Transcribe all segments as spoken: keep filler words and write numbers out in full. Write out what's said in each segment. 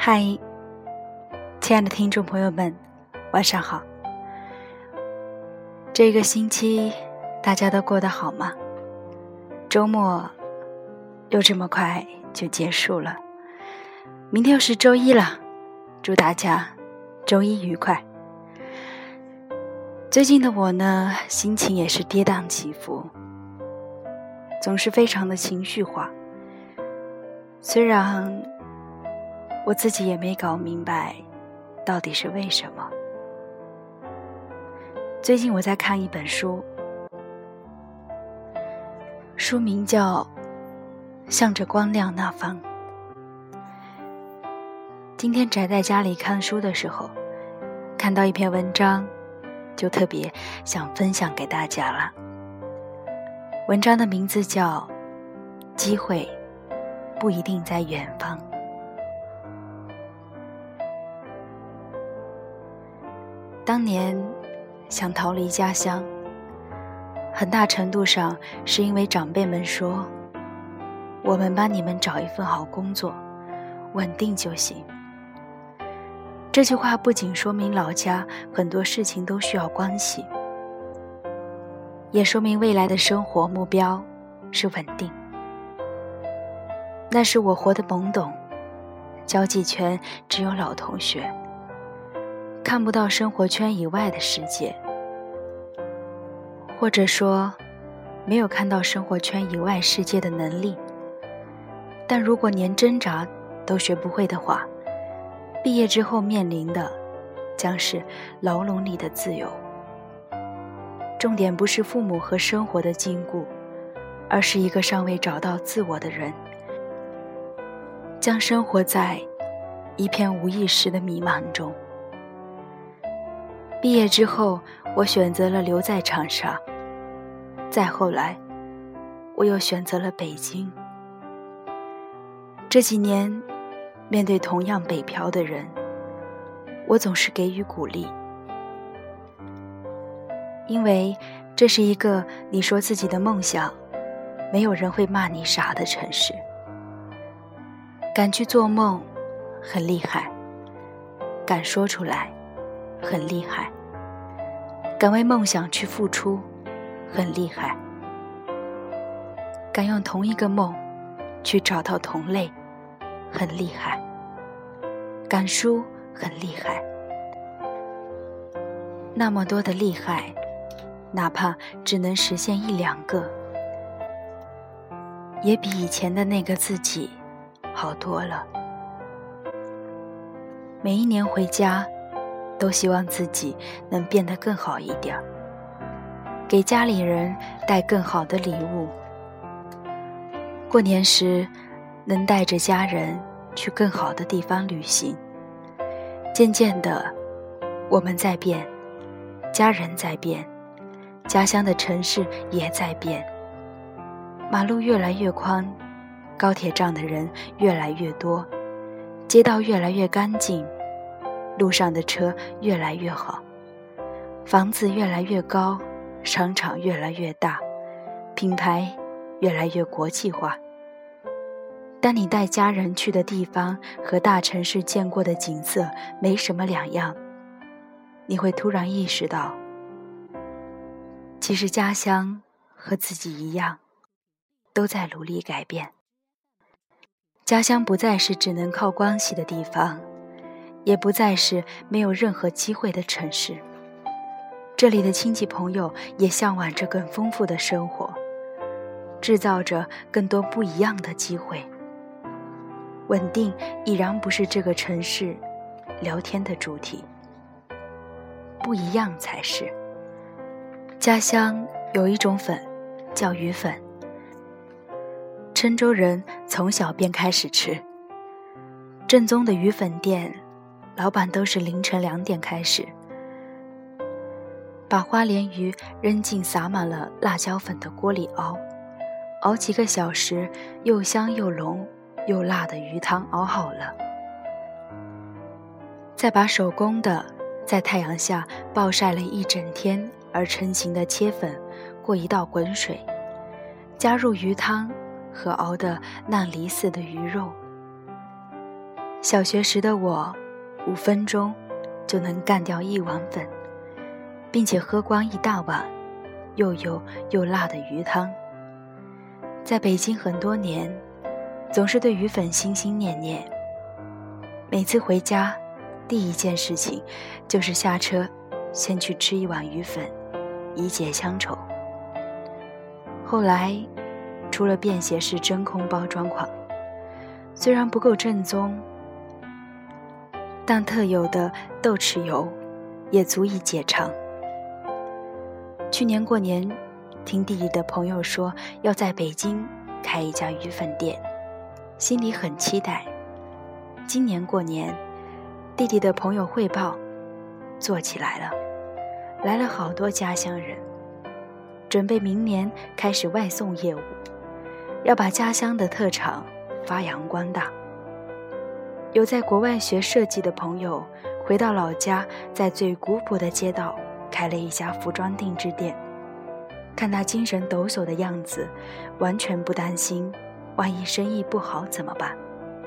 嗨，亲爱的听众朋友们，晚上好。这个星期大家都过得好吗？周末又这么快就结束了，明天又是周一了，祝大家周一愉快。最近的我呢，心情也是跌宕起伏，总是非常的情绪化。虽然我自己也没搞明白到底是为什么。最近我在看一本书，书名叫《向着光亮那方》。今天宅在家里看书的时候，看到一篇文章，就特别想分享给大家了。文章的名字叫《机会不一定在远方》。当年想逃离家乡，很大程度上是因为长辈们说，我们帮你们找一份好工作，稳定就行。这句话不仅说明老家很多事情都需要关系，也说明未来的生活目标是稳定。那时我活得懵懂，交际圈只有老同学，看不到生活圈以外的世界，或者说没有看到生活圈以外世界的能力。但如果连挣扎都学不会的话，毕业之后面临的将是牢笼里的自由。重点不是父母和生活的禁锢，而是一个尚未找到自我的人，将生活在一片无意识的迷茫中。毕业之后，我选择了留在长沙，再后来我又选择了北京。这几年面对同样北漂的人，我总是给予鼓励，因为这是一个你说自己的梦想，没有人会骂你傻的城市。敢去做梦很厉害，敢说出来很厉害，敢为梦想去付出很厉害，敢用同一个梦去找到同类很厉害，敢输很厉害。那么多的厉害，哪怕只能实现一两个，也比以前的那个自己好多了。每一年回家都希望自己能变得更好一点，给家里人带更好的礼物。过年时能带着家人去更好的地方旅行。渐渐的，我们在变，家人在变，家乡的城市也在变。马路越来越宽，高铁站的人越来越多，街道越来越干净，路上的车越来越好，房子越来越高，商场越来越大，品牌越来越国际化。当你带家人去的地方和大城市见过的景色没什么两样，你会突然意识到，其实家乡和自己一样，都在努力改变。家乡不再是只能靠关系的地方，也不再是没有任何机会的城市。这里的亲戚朋友也向往着更丰富的生活，制造着更多不一样的机会。稳定已然不是这个城市聊天的主题，不一样才是。家乡有一种粉叫鱼粉，郴州人从小便开始吃。正宗的鱼粉店，老板都是凌晨两点开始，把花鲢鱼扔进撒满了辣椒粉的锅里熬，熬几个小时，又香又浓又辣的鱼汤熬好了，再把手工的在太阳下暴晒了一整天而成型的切粉过一道滚水，加入鱼汤和熬的烂梨似的鱼肉， 小学时的我，五分钟就能干掉一碗粉，并且喝光一大碗又油又辣的鱼汤。在北京很多年，总是对鱼粉心心念念。每次回家，第一件事情就是下车先去吃一碗鱼粉，以解乡愁。后来出了便携式真空包装款，虽然不够正宗，但特有的豆豉油也足以解馋。去年过年，听弟弟的朋友说要在北京开一家鱼粉店，心里很期待。今年过年，弟弟的朋友汇报做起来了，来了好多家乡人，准备明年开始外送业务，要把家乡的特产发扬光大。有在国外学设计的朋友回到老家，在最古朴的街道开了一家服装定制店，看他精神抖擞的样子，完全不担心万一生意不好怎么办。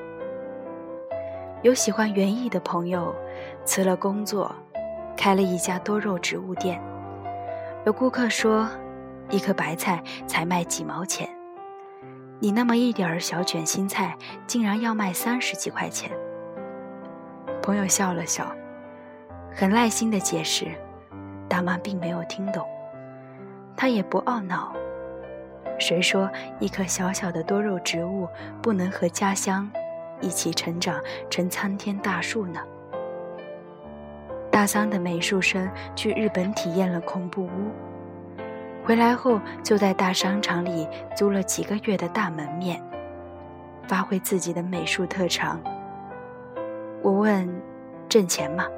有喜欢园艺的朋友辞了工作，开了一家多肉植物店。有顾客说，一颗白菜才卖几毛钱，你那么一点小卷心菜竟然要卖三十几块钱。朋友笑了笑，很耐心地解释，大妈并没有听懂。他也不懊恼，谁说一棵小小的多肉植物不能和家乡一起成长成参天大树呢？大三的美术生去日本体验了恐怖屋，回来后就在大商场里租了几个月的大门面，发挥自己的美术特长。我问，挣钱吗？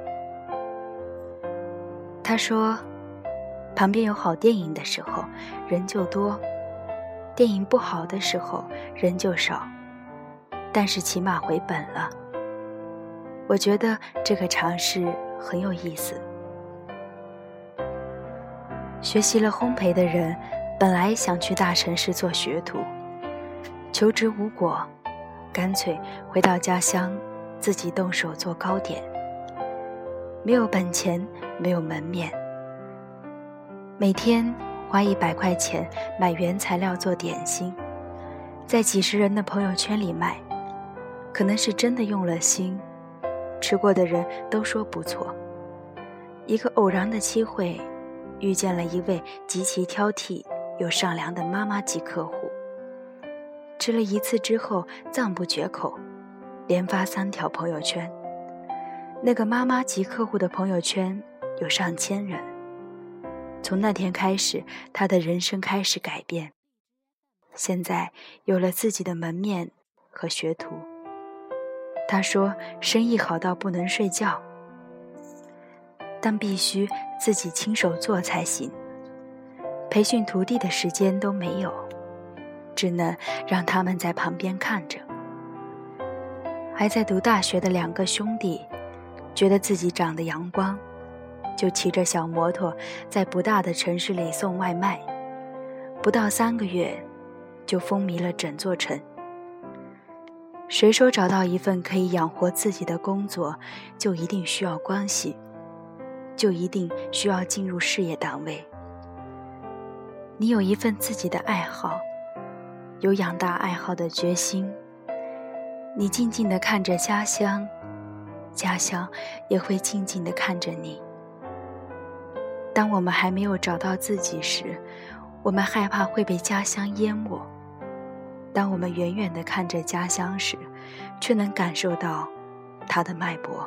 他说，旁边有好电影的时候人就多，电影不好的时候人就少，但是起码回本了。我觉得这个尝试很有意思。学习了烘焙的人本来想去大城市做学徒，求职无果，干脆回到家乡自己动手做糕点。没有本钱，没有门面，每天花一百块钱买原材料做点心，在几十人的朋友圈里卖，可能是真的用了心，吃过的人都说不错。一个偶然的机会，遇见了一位极其挑剔又善良的妈妈级客户，吃了一次之后赞不绝口，连发三条朋友圈。那个妈妈级客户的朋友圈有上千人。从那天开始，他的人生开始改变，现在有了自己的门面和学徒。他说生意好到不能睡觉，但必须自己亲手做才行，培训徒弟的时间都没有，只能让他们在旁边看着。还在读大学的两个兄弟觉得自己长得阳光，就骑着小摩托在不大的城市里送外卖，不到三个月就风靡了整座城。谁说找到一份可以养活自己的工作就一定需要关系，就一定需要进入事业单位？你有一份自己的爱好，有养大爱好的决心，你静静地看着家乡，家乡也会静静地看着你。当我们还没有找到自己时，我们害怕会被家乡淹没；当我们远远地看着家乡时，却能感受到它的脉搏。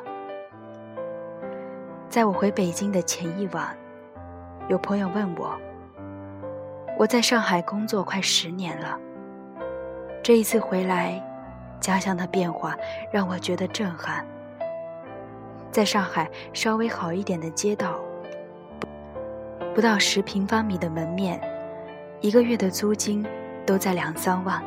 在我回北京的前一晚，有朋友问我，我在上海工作快十年了，这一次回来，家乡的变化让我觉得震撼。在上海稍微好一点的街道，不到十平方米的门面，一个月的租金都在两三万。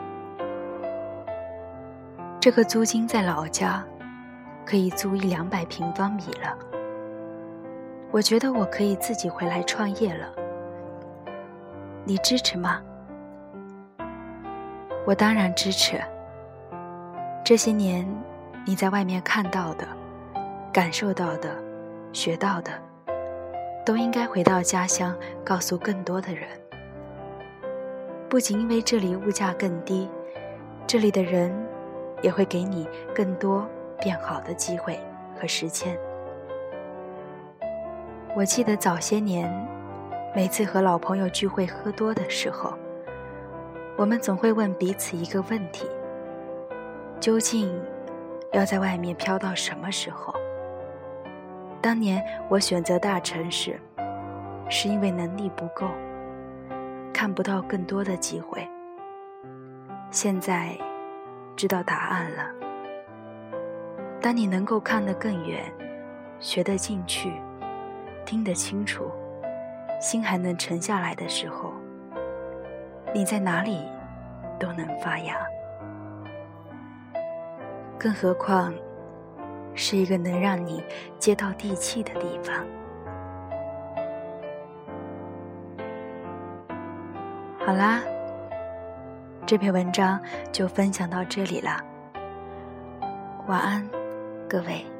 这个租金在老家可以租一两百平方米了。我觉得我可以自己回来创业了，你支持吗？我当然支持。这些年你在外面看到的、感受到的、学到的，都应该回到家乡告诉更多的人。不仅因为这里物价更低，这里的人也会给你更多变好的机会和实践。我记得早些年，每次和老朋友聚会喝多的时候，我们总会问彼此一个问题：究竟要在外面飘到什么时候？当年我选择大城市，是因为能力不够，看不到更多的机会。现在知道答案了。当你能够看得更远，学得进去，听得清楚，心还能沉下来的时候，你在哪里都能发芽。更何况是一个能让你接到地气的地方。好啦，这篇文章就分享到这里了。晚安，各位。